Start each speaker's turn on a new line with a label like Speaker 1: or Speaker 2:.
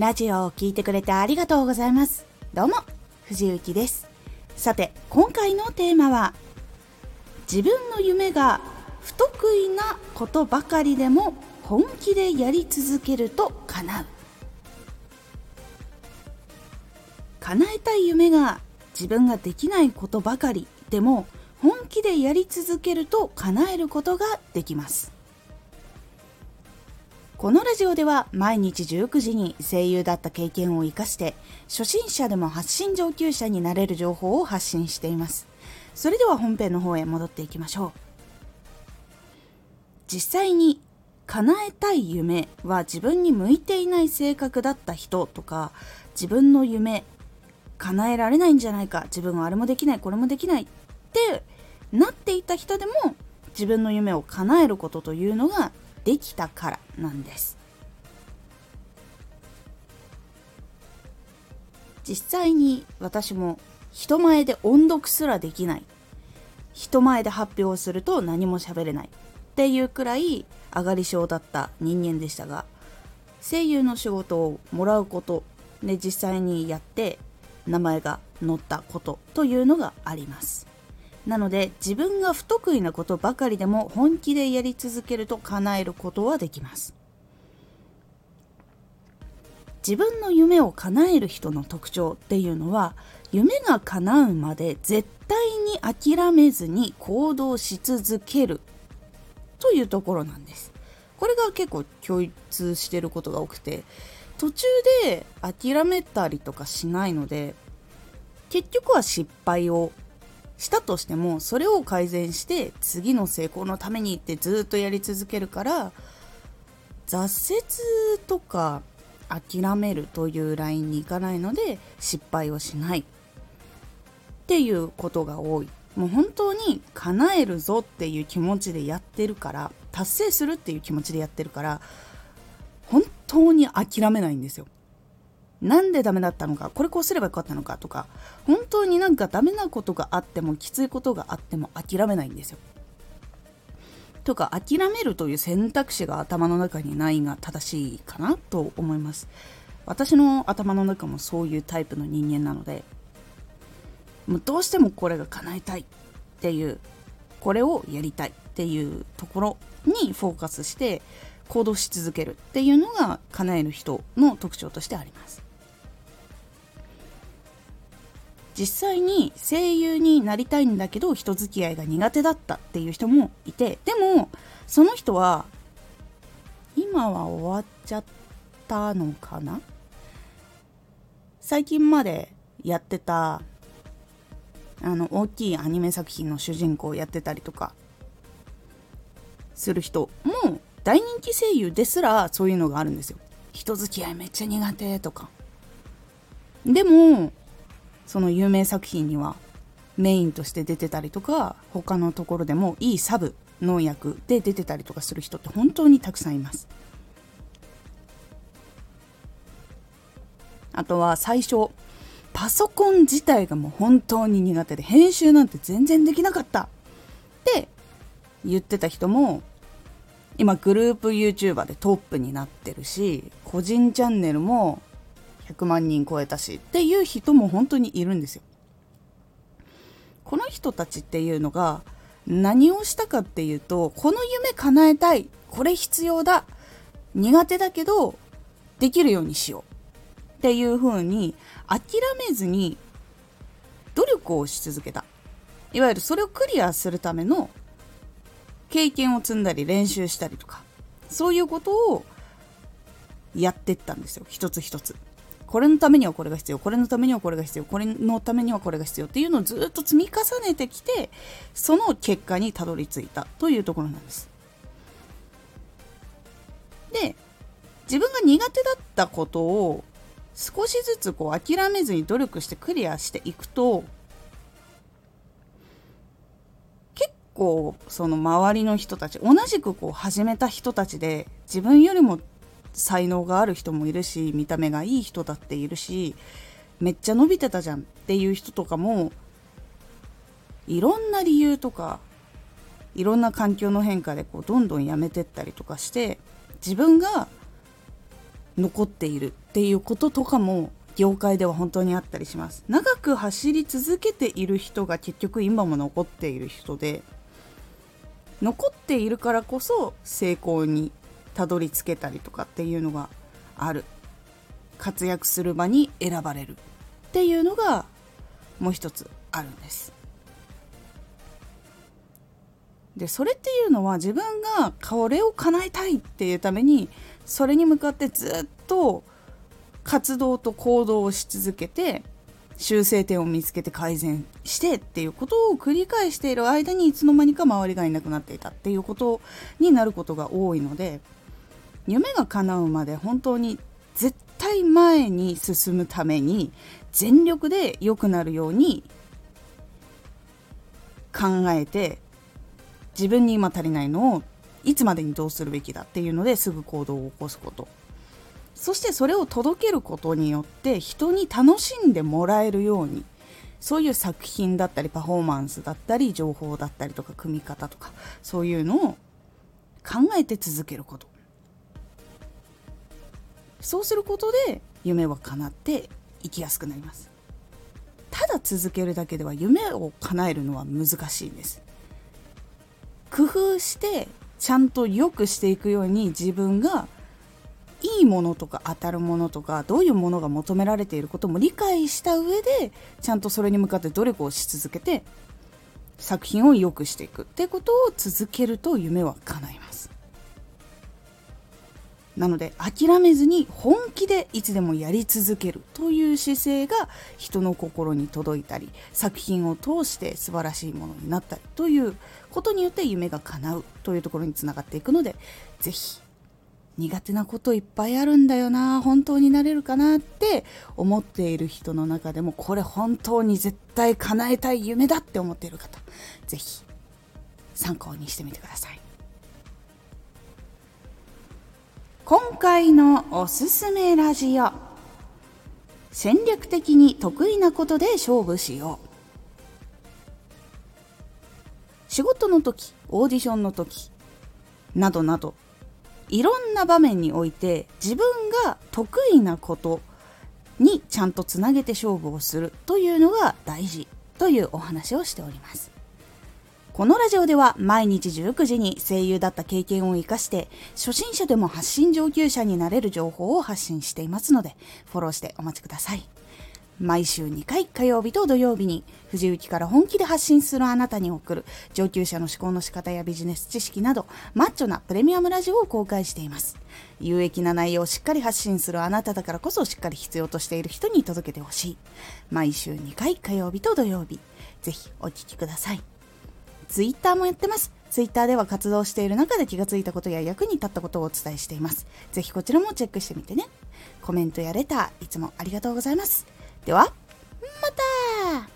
Speaker 1: ラジオを聞いてくれてありがとうございます。どうも藤幸です。さて今回のテーマは、自分の夢が不得意なことばかりでも本気でやり続けると叶う。叶えたい夢が自分ができないことばかりでも本気でやり続けると叶えることができます。このラジオでは毎日19時に声優だった経験を生かして初心者でも発信上級者になれる情報を発信しています。それでは本編の方へ戻っていきましょう。実際に叶えたい夢は自分に向いていない性格だった人とか、自分の夢叶えられないんじゃないか、自分はあれもできないこれもできないってなっていた人でも自分の夢を叶えることというのができたからなんです。実際に私も人前で音読すらできない、人前で発表すると何も喋れないっていうくらい上がり症だった人間でしたが、声優の仕事をもらうことで実際にやって名前が載ったことというのがあります。なので自分が不得意なことばかりでも本気でやり続けると叶えることはできます。自分の夢を叶える人の特徴っていうのは、夢が叶うまで絶対に諦めずに行動し続けるというところなんです。これが結構共通していることが多くて、途中で諦めたりとかしないので、結局は失敗をしたとしてもそれを改善して次の成功のためにってずっとやり続けるから、挫折とか諦めるというラインに行かないので失敗をしないっていうことが多い。もう本当に叶えるぞっていう気持ちでやってるから、達成するっていう気持ちでやってるから、本当に諦めないんですよ。なんでダメだったのか、これこうすればよかったのかとか、本当になんかダメなことがあってもきついことがあっても諦めないんですよ。とか諦めるという選択肢が頭の中にないが正しいかなと思います。私の頭の中もそういうタイプの人間なので、もうどうしてもこれが叶えたいっていう、これをやりたいっていうところにフォーカスして行動し続けるっていうのが叶える人の特徴としてあります。実際に声優になりたいんだけど人付き合いが苦手だったっていう人もいて、でもその人は今は終わっちゃったのかな。最近までやってた大きいアニメ作品の主人公をやってたりとかする人も、大人気声優ですらそういうのがあるんですよ。人付き合いめっちゃ苦手とか。でもその有名作品にはメインとして出てたりとか、他のところでもいいサブの役で出てたりとかする人って本当にたくさんいます。あとは最初パソコン自体がもう本当に苦手で編集なんて全然できなかったって言ってた人も今グループ YouTuber でトップになってるし、個人チャンネルも100万人超えたしっていう人も本当にいるんですよ。この人たちっていうのが何をしたかっていうと、この夢叶えたい、これ必要だ、苦手だけどできるようにしようっていう風に諦めずに努力をし続けた。いわゆるそれをクリアするための経験を積んだり練習したりとか、そういうことをやっていったんですよ。一つ一つ、これのためにはこれが必要、これのためにはこれが必要、これのためにはこれが必要っていうのをずっと積み重ねてきて、その結果にたどり着いたというところなんです。で、自分が苦手だったことを少しずつ諦めずに努力してクリアしていくと、結構その周りの人たち、同じく始めた人たちで自分よりも才能がある人もいるし、見た目がいい人だっているし、めっちゃ伸びてたじゃんっていう人とかも、いろんな理由とかいろんな環境の変化でどんどんやめてったりとかして、自分が残っているっていうこととかも業界では本当にあったりします。長く走り続けている人が結局今も残っている人で、残っているからこそ成功にたどり着けたりとかっていうのがある。活躍する場に選ばれるっていうのがもう一つあるんです。でそれっていうのは、自分がこれを叶えたいっていうためにそれに向かってずっと活動と行動をし続けて、修正点を見つけて改善してっていうことを繰り返している間に、いつの間にか周りがいなくなっていたっていうことになることが多いので、夢が叶うまで本当に絶対前に進むために全力で良くなるように考えて、自分に今足りないのをいつまでにどうするべきだっていうのですぐ行動を起こすこと、そしてそれを届けることによって人に楽しんでもらえるように、そういう作品だったりパフォーマンスだったり情報だったりとか組み方とか、そういうのを考えて続けること。そうすることで夢は叶って生きやすくなります。ただ続けるだけでは夢を叶えるのは難しいんです。工夫してちゃんと良くしていくように、自分がいいものとか当たるものとか、どういうものが求められていることも理解した上で、ちゃんとそれに向かって努力をし続けて作品を良くしていくってことを続けると夢は叶います。なので諦めずに本気でいつでもやり続けるという姿勢が人の心に届いたり、作品を通して素晴らしいものになったりということによって夢が叶うというところにつながっていくので、ぜひ苦手なこといっぱいあるんだよな、本当になれるかなって思っている人の中でも、これ本当に絶対叶えたい夢だって思っている方、ぜひ参考にしてみてください。今回のおすすめラジオ、戦略的に得意なことで勝負しよう。仕事の時、オーディションの時などなど、いろんな場面において自分が得意なことにちゃんとつなげて勝負をするというのが大事というお話をしております。このラジオでは毎日19時に声優だった経験を生かして初心者でも発信上級者になれる情報を発信していますので、フォローしてお待ちください。毎週2回、火曜日と土曜日に藤雪から本気で発信するあなたに送る上級者の思考の仕方やビジネス知識などマッチョなプレミアムラジオを公開しています。有益な内容をしっかり発信するあなただからこそ、しっかり必要としている人に届けてほしい。毎週2回、火曜日と土曜日、ぜひお聞きください。ツイッターもやってます。ツイッターでは活動している中で気がついたことや役に立ったことをお伝えしています。ぜひこちらもチェックしてみてね。コメントやレターいつもありがとうございます。ではまた。